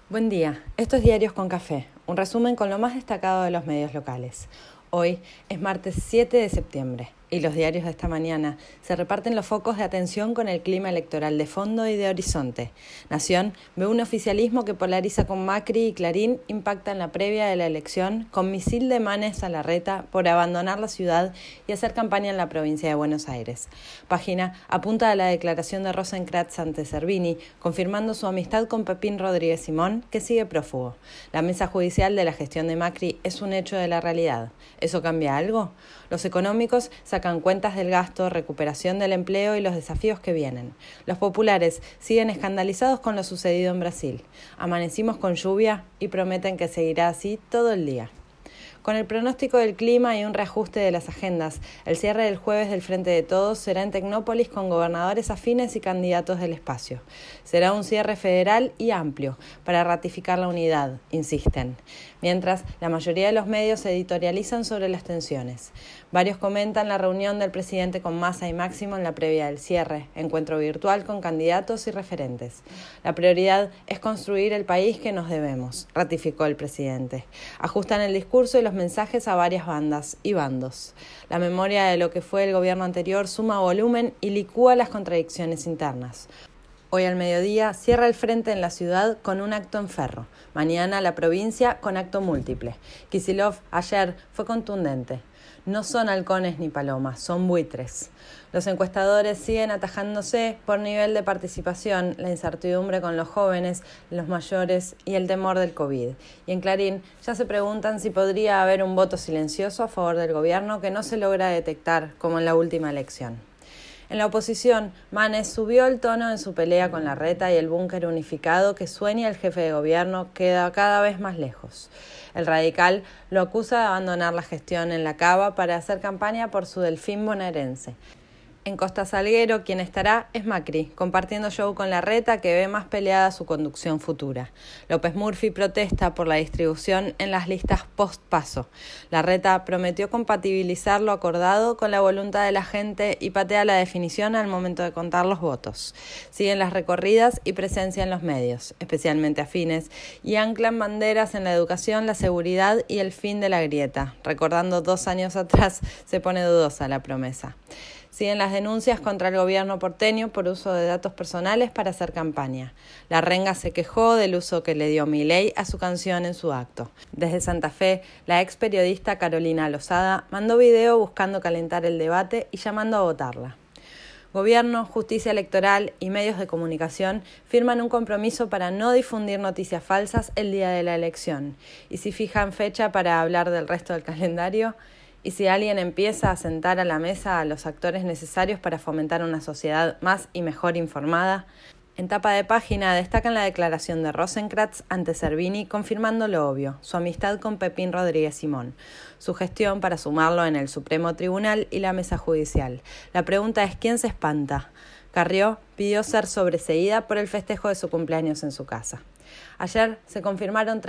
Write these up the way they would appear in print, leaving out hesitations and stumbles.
Buen día, esto es Diarios con Café, un resumen con lo más destacado de los medios locales. Hoy es martes 7 de septiembre y los diarios de esta mañana se reparten los focos de atención con el clima electoral de fondo y de horizonte. Nación ve un oficialismo que polariza con Macri y Clarín impacta en la previa de la elección con misil de Manes a Larreta por abandonar la ciudad y hacer campaña en la provincia de Buenos Aires. Página apunta a la declaración de Rosenkrantz ante Servini, confirmando su amistad con Pepín Rodríguez Simón, que sigue prófugo. La mesa judicial de la gestión de Macri es un hecho de la realidad. ¿Eso cambia algo? Los económicos sacan cuentas del gasto, recuperación del empleo y los desafíos que vienen. Los populares siguen escandalizados con lo sucedido en Brasil. Amanecimos con lluvia y prometen que seguirá así todo el día. Con el pronóstico del clima y un reajuste de las agendas, el cierre del jueves del Frente de Todos será en Tecnópolis con gobernadores afines y candidatos del espacio. Será un cierre federal y amplio para ratificar la unidad, insisten. Mientras, la mayoría de los medios se editorializan sobre las tensiones. Varios comentan la reunión del presidente con Massa y Máximo en la previa del cierre, encuentro virtual con candidatos y referentes. La prioridad es construir el país que nos debemos, ratificó el presidente. Ajustan el discurso y los mensajes a varias bandas y bandos. La memoria de lo que fue el gobierno anterior suma volumen y licúa las contradicciones internas. Hoy al mediodía cierra el frente en la ciudad con un acto en Ferro. Mañana la provincia con acto múltiple. Kicillof ayer fue contundente. No son halcones ni palomas, son buitres. Los encuestadores siguen atajándose por nivel de participación, la incertidumbre con los jóvenes, los mayores y el temor del COVID. Y en Clarín ya se preguntan si podría haber un voto silencioso a favor del gobierno que no se logra detectar como en la última elección. En la oposición, Manes subió el tono en su pelea con Larreta y el búnker unificado que sueña el jefe de gobierno queda cada vez más lejos. El radical lo acusa de abandonar la gestión en la Cava para hacer campaña por su delfín bonaerense. En Costa Salguero, quien estará es Macri, compartiendo show con Larreta que ve más peleada su conducción futura. López Murphy protesta por la distribución en las listas post-paso. Larreta prometió compatibilizar lo acordado con la voluntad de la gente y patea la definición al momento de contar los votos. Siguen las recorridas y presencia en los medios, especialmente afines, y anclan banderas en la educación, la seguridad y el fin de la grieta. Recordando 2 años atrás, se pone dudosa la promesa. Siguen las denuncias contra el gobierno porteño por uso de datos personales para hacer campaña. La Renga se quejó del uso que le dio Milei a su canción en su acto. Desde Santa Fe, la ex periodista Carolina Lozada mandó video buscando calentar el debate y llamando a votarla. Gobierno, justicia electoral y medios de comunicación firman un compromiso para no difundir noticias falsas el día de la elección. Y si fijan fecha para hablar del resto del calendario, y si alguien empieza a sentar a la mesa a los actores necesarios para fomentar una sociedad más y mejor informada. En tapa de página destacan la declaración de Rosenkrantz ante Servini confirmando lo obvio, su amistad con Pepín Rodríguez Simón, su gestión para sumarlo en el Supremo Tribunal y la mesa judicial. La pregunta es ¿quién se espanta? Carrió pidió ser sobreseída por el festejo de su cumpleaños en su casa. Ayer se confirmaron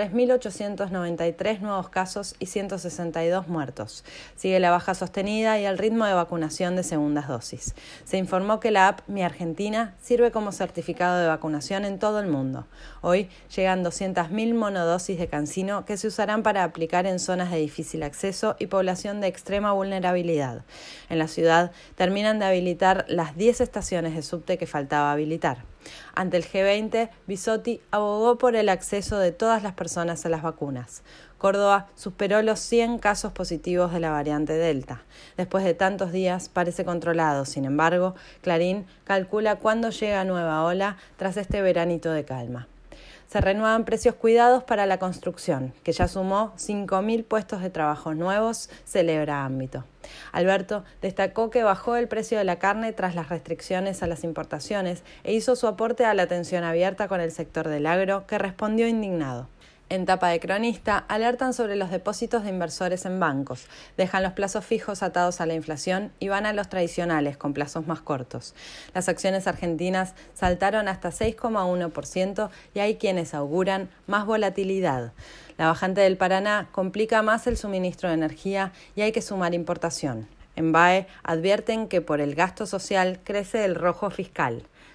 3.893 nuevos casos y 162 muertos. Sigue la baja sostenida y el ritmo de vacunación de segundas dosis. Se informó que la app Mi Argentina sirve como certificado de vacunación en todo el mundo. Hoy llegan 200.000 monodosis de CanSino que se usarán para aplicar en zonas de difícil acceso y población de extrema vulnerabilidad. En la ciudad terminan de habilitar las 10 estaciones de subte que faltaba habilitar. Ante el G20, Bisotti abogó por el acceso de todas las personas a las vacunas. Córdoba superó los 100 casos positivos de la variante Delta. Después de tantos días parece controlado. Sin embargo, Clarín calcula cuándo llega nueva ola tras este veranito de calma. Se renuevan precios cuidados para la construcción, que ya sumó 5.000 puestos de trabajo nuevos, celebra Ámbito. Alberto destacó que bajó el precio de la carne tras las restricciones a las importaciones e hizo su aporte a la atención abierta con el sector del agro, que respondió indignado. En tapa de Cronista, alertan sobre los depósitos de inversores en bancos, dejan los plazos fijos atados a la inflación y van a los tradicionales con plazos más cortos. Las acciones argentinas saltaron hasta 6,1% y hay quienes auguran más volatilidad. La bajante del Paraná complica más el suministro de energía y hay que sumar importación. En BAE advierten que por el gasto social crece el rojo fiscal.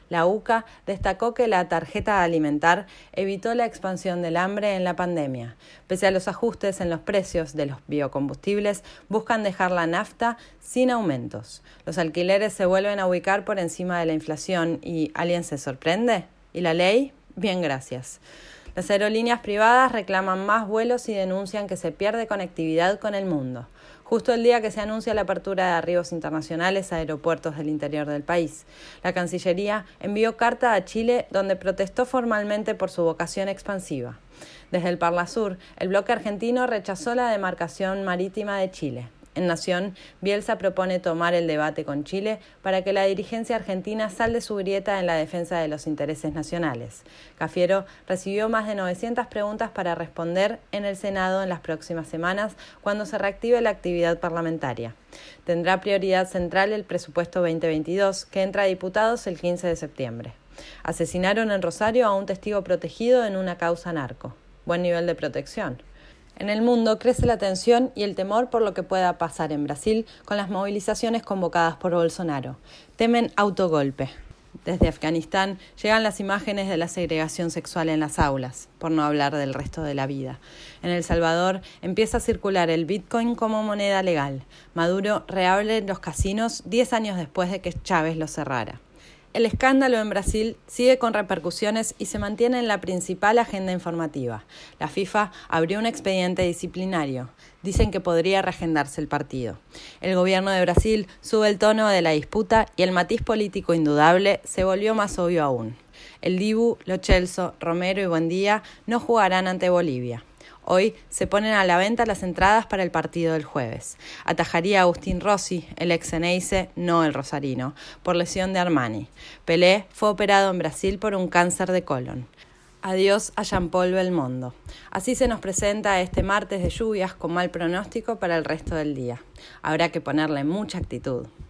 La UCA destacó que la tarjeta alimentar evitó la expansión del hambre en la pandemia. Pese a los ajustes en los precios de los biocombustibles, buscan dejar la nafta sin aumentos. Los alquileres se vuelven a ubicar por encima de la inflación y ¿alguien se sorprende? ¿Y la ley? Bien, gracias. Las aerolíneas privadas reclaman más vuelos y denuncian que se pierde conectividad con el mundo. Justo el día que se anuncia la apertura de arribos internacionales a aeropuertos del interior del país. La Cancillería envió carta a Chile donde protestó formalmente por su vocación expansiva. Desde el Parlasur, el bloque argentino rechazó la demarcación marítima de Chile. En Nación, Bielsa propone tomar el debate con Chile para que la dirigencia argentina salde su grieta en la defensa de los intereses nacionales. Cafiero recibió más de 900 preguntas para responder en el Senado en las próximas semanas cuando se reactive la actividad parlamentaria. Tendrá prioridad central el presupuesto 2022, que entra a diputados el 15 de septiembre. Asesinaron en Rosario a un testigo protegido en una causa narco. Buen nivel de protección. En el mundo crece la tensión y el temor por lo que pueda pasar en Brasil con las movilizaciones convocadas por Bolsonaro. Temen autogolpe. Desde Afganistán llegan las imágenes de la segregación sexual en las aulas, por no hablar del resto de la vida. En El Salvador empieza a circular el Bitcoin como moneda legal. Maduro reabre los casinos 10 años después de que Chávez los cerrara. El escándalo en Brasil sigue con repercusiones y se mantiene en la principal agenda informativa. La FIFA abrió un expediente disciplinario. Dicen que podría reagendarse el partido. El gobierno de Brasil sube el tono de la disputa y el matiz político indudable se volvió más obvio aún. El Dibu, Lo Celso, Romero y Buendía no jugarán ante Bolivia. Hoy se ponen a la venta las entradas para el partido del jueves. Atajaría Agustín Rossi, el ex Xeneize, no el rosarino, por lesión de Armani. Pelé fue operado en Brasil por un cáncer de colon. Adiós a Jean-Paul Belmondo. Así se nos presenta este martes de lluvias con mal pronóstico para el resto del día. Habrá que ponerle mucha actitud.